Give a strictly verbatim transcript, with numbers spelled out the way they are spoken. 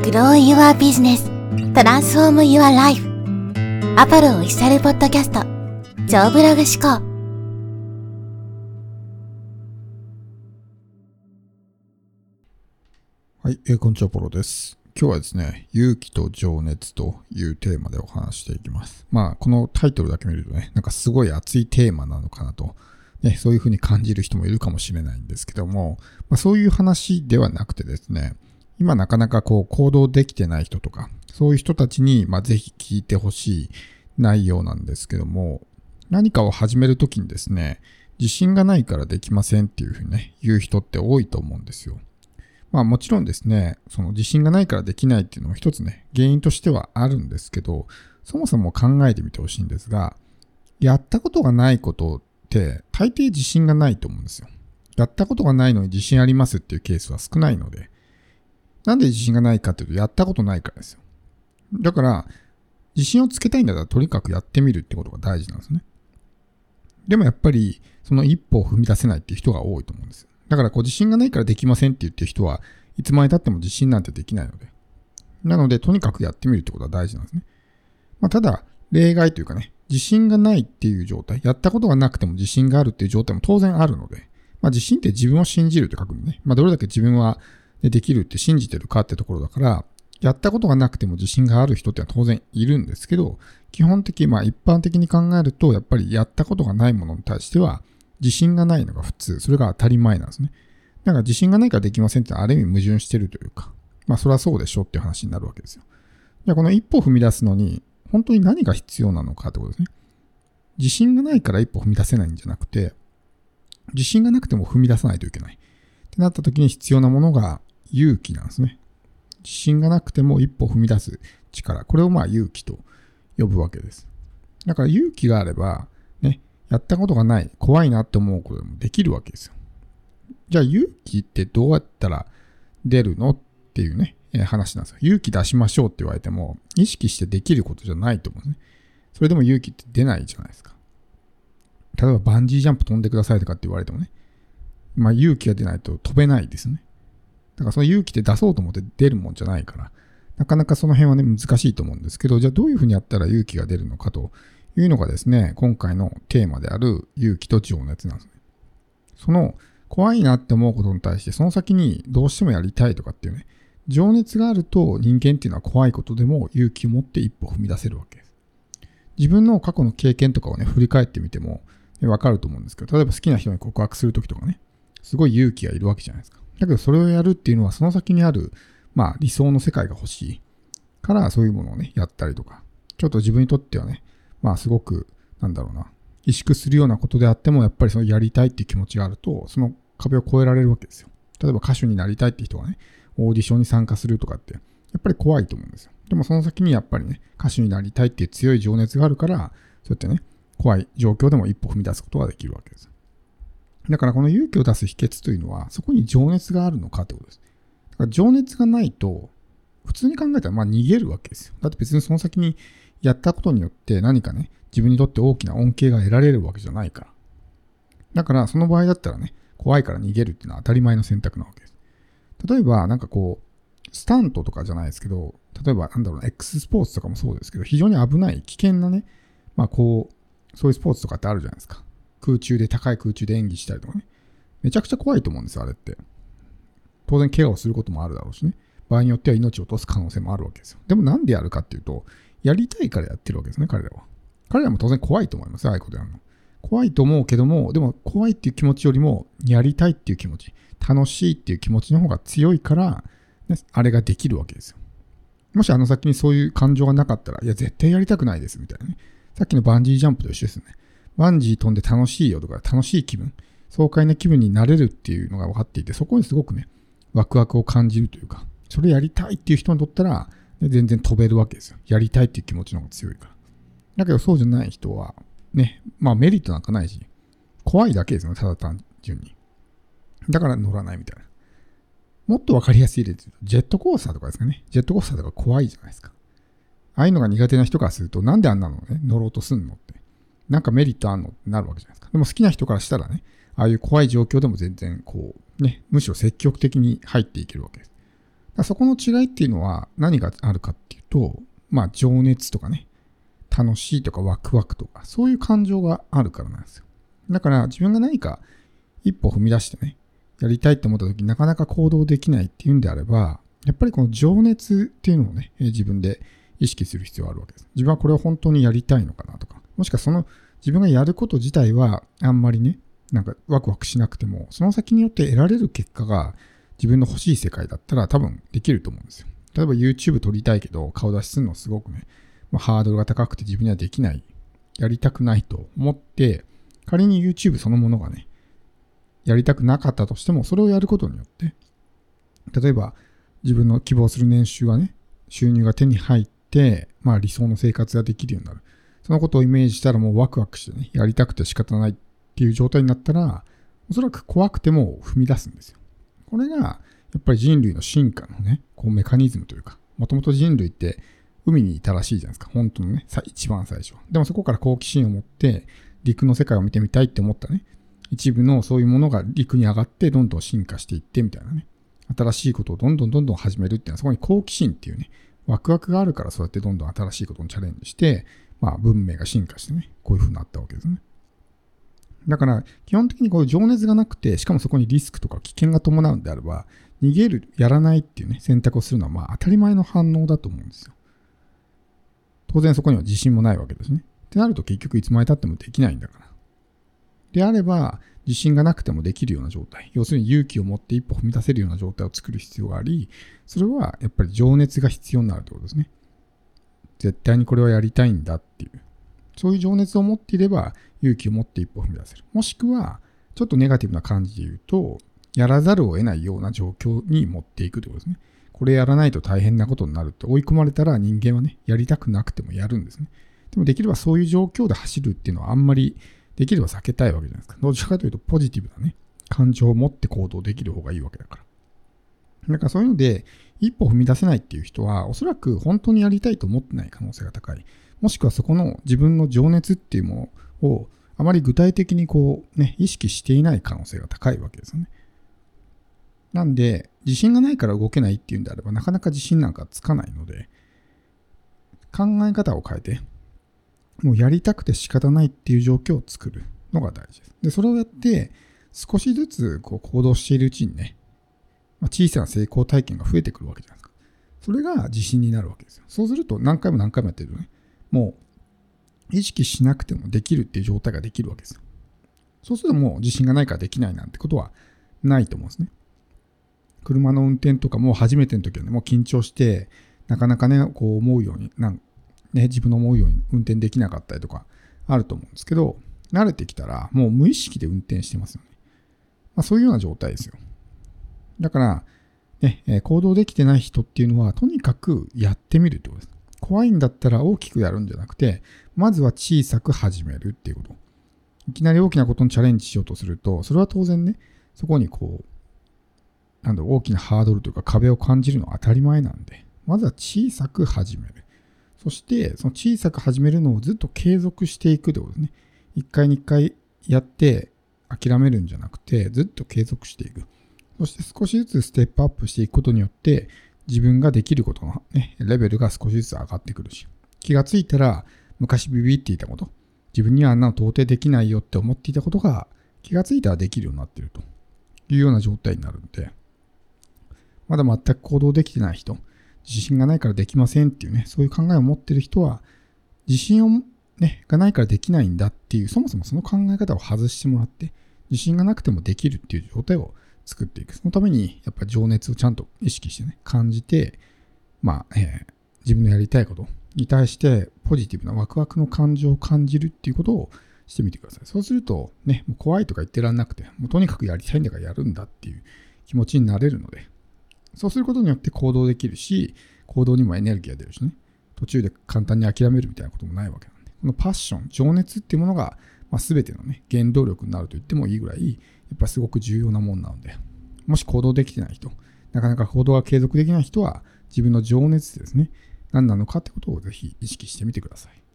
Grow Your Business Transform Your Life アポロオフィシャルポッドキャスト超ブログ思考。 はい、えー、こんにちは、ポロです。今日はですね、勇気と情熱というテーマでお話していきます。まあ、このタイトルだけ見るとね、なんかすごい熱いテーマなのかなと、ね、そういうふうに感じる人もいるかもしれないんですけども、まあ、そういう話ではなくてですね、今なかなかこう行動できてない人とか、そういう人たちに、まあ、ぜひ聞いてほしい内容なんですけども、何かを始めるときにですね、自信がないからできませんっていうふうにね、言う人って多いと思うんですよ。まあもちろんですね、その自信がないからできないっていうのも一つね、原因としてはあるんですけど、そもそも考えてみてほしいんですが、やったことがないことって大抵自信がないと思うんですよ。やったことがないのに自信ありますっていうケースは少ないので、なんで自信がないかっていうと、やったことないからですよ。だから、自信をつけたいんだったらとにかくやってみるってことが大事なんですね。でもやっぱり、その一歩を踏み出せないっていう人が多いと思うんです。だからこう自信がないからできませんって言ってる人はいつまで経っても自信なんてできないので。なのでとにかくやってみるってことは大事なんですね。まあただ例外というかね、自信がないっていう状態、やったことがなくても自信があるっていう状態も当然あるので、まあ自信って自分を信じるって書くんでね、まあどれだけ自分はできるって信じてるかってところだから、やったことがなくても自信がある人ってのは当然いるんですけど、基本的、まあ一般的に考えると、やっぱりやったことがないものに対しては、自信がないのが普通、それが当たり前なんですね。だから自信がないからできませんってある意味矛盾してるというか、まあそれはそうでしょっていう話になるわけですよ。じゃあこの一歩踏み出すのに、本当に何が必要なのかってことですね。自信がないから一歩踏み出せないんじゃなくて、自信がなくても踏み出さないといけない。ってなった時に必要なものが勇気なんですね。自信がなくても一歩踏み出す力。これをまあ勇気と呼ぶわけです。だから勇気があれば、ね、やったことがない、怖いなって思うことでもできるわけですよ。じゃあ勇気ってどうやったら出るのっていうね、えー、話なんですよ。勇気出しましょうって言われても、意識してできることじゃないと思うんですね。それでも勇気って出ないじゃないですか。例えばバンジージャンプ飛んでくださいとかって言われてもね、まあ勇気が出ないと飛べないですね。だからその勇気って出そうと思って出るもんじゃないから、なかなかその辺はね、難しいと思うんですけど、じゃあどういうふうにやったら勇気が出るのかというのがですね、今回のテーマである勇気と情熱なんですね。その怖いなって思うことに対して、その先にどうしてもやりたいとかっていうね、情熱があると人間っていうのは怖いことでも勇気を持って一歩踏み出せるわけです。自分の過去の経験とかをね、振り返ってみてもわかると思うんですけど、例えば好きな人に告白するときとかね、すごい勇気がいるわけじゃないですか。だけどそれをやるっていうのはその先にある、まあ理想の世界が欲しいからそういうものをね、やったりとか、ちょっと自分にとってはね、まあすごく、なんだろうな、萎縮するようなことであっても、やっぱりそのやりたいっていう気持ちがあると、その壁を越えられるわけですよ。例えば歌手になりたいって人がね、オーディションに参加するとかって、やっぱり怖いと思うんですよ。でもその先にやっぱりね、歌手になりたいっていう強い情熱があるから、そうやってね、怖い状況でも一歩踏み出すことができるわけです。だからこの勇気を出す秘訣というのは、そこに情熱があるのかってことです。だから情熱がないと、普通に考えたらまあ逃げるわけですよ。だって別にその先にやったことによって何かね、自分にとって大きな恩恵が得られるわけじゃないから。だからその場合だったらね、怖いから逃げるっていうのは当たり前の選択なわけです。例えばなんかこう、スタントとかじゃないですけど、例えばなんだろうな、X スポーツとかもそうですけど、非常に危ない、危険なね、まあこう、そういうスポーツとかってあるじゃないですか。空中で、高い空中で演技したりとかね。めちゃくちゃ怖いと思うんですよ、あれって。当然怪我をすることもあるだろうしね。場合によっては命を落とす可能性もあるわけですよ。でもなんでやるかっていうと、やりたいからやってるわけですね、彼らは。彼らも当然怖いと思いますよ、ああいうことやるの。怖いと思うけども、でも怖いっていう気持ちよりも、やりたいっていう気持ち、楽しいっていう気持ちの方が強いから、ね、あれができるわけですよ。もしあの先にそういう感情がなかったら、いや、絶対やりたくないです、みたいなね。さっきのバンジージャンプと一緒ですね。バンジー飛んで楽しいよとか、楽しい気分、爽快な気分になれるっていうのが分かっていて、そこにすごくね、ワクワクを感じるというか、それやりたいっていう人にとったら、全然飛べるわけですよ。やりたいっていう気持ちの方が強いから。だけどそうじゃない人は、ね、まあメリットなんかないし、怖いだけですよね、ただ単純に。だから乗らないみたいな。もっとわかりやすい例で言うと、ジェットコースターとかですかね。ジェットコースターとか怖いじゃないですか。ああいうのが苦手な人からすると、なんであんなのね、乗ろうとすんのって。なんかメリットあんのってなるわけじゃないですか。でも好きな人からしたらね、ああいう怖い状況でも全然こう、ね、むしろ積極的に入っていけるわけです。 そこの違いっていうのは何があるかっていうと、まあ情熱とかね、楽しいとかワクワクとか、そういう感情があるからなんですよ。だから自分が何か一歩踏み出してね、やりたいって思った時になかなか行動できないっていうんであれば、やっぱりこの情熱っていうのをね、自分で意識する必要があるわけです。自分はこれを本当にやりたいのかなとか、もしくはその自分がやること自体はあんまりね、なんかワクワクしなくても、その先によって得られる結果が自分の欲しい世界だったら多分できると思うんですよ。例えば YouTube 撮りたいけど顔出しするのすごくね、まあ、ハードルが高くて自分にはできない、やりたくないと思って、仮に YouTube そのものがね、やりたくなかったとしても、それをやることによって、例えば自分の希望する年収がね、収入が手に入って、まあ理想の生活ができるようになる。そのことをイメージしたらもうワクワクしてね、やりたくて仕方ないっていう状態になったら、おそらく怖くても踏み出すんですよ。これが、やっぱり人類の進化のね、こうメカニズムというか、もともと人類って海にいたらしいじゃないですか。本当のね、一番最初。でもそこから好奇心を持って、陸の世界を見てみたいって思ったね、一部のそういうものが陸に上がってどんどん進化していってみたいなね。新しいことをどんどんどんどん始めるっていうのは、そこに好奇心っていうね、ワクワクがあるからそうやってどんどん新しいことにチャレンジして、まあ文明が進化してね、こういう風になったわけですね。だから基本的にこう情熱がなくて、しかもそこにリスクとか危険が伴うんであれば、逃げる、やらないっていうね、選択をするのはまあ当たり前の反応だと思うんですよ。当然そこには自信もないわけですね。ってなると結局いつまで経ってもできないんだから。であれば、自信がなくてもできるような状態。要するに勇気を持って一歩踏み出せるような状態を作る必要があり、それはやっぱり情熱が必要になるということですね。絶対にこれはやりたいんだっていう。そういう情熱を持っていれば勇気を持って一歩踏み出せる。もしくは、ちょっとネガティブな感じで言うと、やらざるを得ないような状況に持っていくということですね。これやらないと大変なことになるって追い込まれたら人間はね、やりたくなくてもやるんですね。でもできればそういう状況で走るっていうのはあんまりできれば避けたいわけじゃないですか。どちらかというとポジティブなね、感情を持って行動できる方がいいわけだから。だからそういうので、一歩踏み出せないっていう人は、おそらく本当にやりたいと思ってない可能性が高い。もしくはそこの自分の情熱っていうものをあまり具体的にこうね、意識していない可能性が高いわけですよね。なんで、自信がないから動けないっていうんであれば、なかなか自信なんかつかないので、考え方を変えて、もうやりたくて仕方ないっていう状況を作るのが大事です。で、それをやって、少しずつこう行動しているうちにね、まあ、小さな成功体験が増えてくるわけじゃないですか。それが自信になるわけですよ。そうすると何回も何回もやってるとね、もう意識しなくてもできるっていう状態ができるわけですよ。そうするともう自信がないからできないなんてことはないと思うんですね。車の運転とかも初めての時はね、もう緊張して、なかなかね、こう思うように、なんね、自分の思うように運転できなかったりとかあると思うんですけど、慣れてきたらもう無意識で運転してますよね。まあ、そういうような状態ですよ。だから、ね、行動できてない人っていうのは、とにかくやってみるってことです。怖いんだったら大きくやるんじゃなくて、まずは小さく始めるっていうこと。いきなり大きなことにチャレンジしようとすると、それは当然ね、そこにこう、なんだろう、大きなハードルというか壁を感じるのは当たり前なんで、まずは小さく始める。そして、その小さく始めるのをずっと継続していくってことですね。一回に一回やって諦めるんじゃなくて、ずっと継続していく。そして少しずつステップアップしていくことによって、自分ができることの、ね、レベルが少しずつ上がってくるし、気がついたら昔ビビっていたこと、自分にはあんなの到底できないよって思っていたことが気がついたらできるようになっているというような状態になるので、まだ全く行動できてない人、自信がないからできませんっていうね、そういう考えを持っている人は、自信をね、がないからできないんだっていう、そもそもその考え方を外してもらって、自信がなくてもできるっていう状態を作っていく。そのために、やっぱり情熱をちゃんと意識してね、感じて、まあ、えー、自分のやりたいことに対して、ポジティブなワクワクの感情を感じるっていうことをしてみてください。そうすると、ね、もう怖いとか言ってらんなくて、もうとにかくやりたいんだからやるんだっていう気持ちになれるので、そうすることによって行動できるし、行動にもエネルギーが出るしね、途中で簡単に諦めるみたいなこともないわけなんで、このパッション、情熱っていうものが、まあ、全てのね、原動力になると言ってもいいぐらい、やっぱすごく重要なもんなので、もし行動できてない人、なかなか行動が継続できない人は、自分の情熱ですね、何なのかってことをぜひ意識してみてください。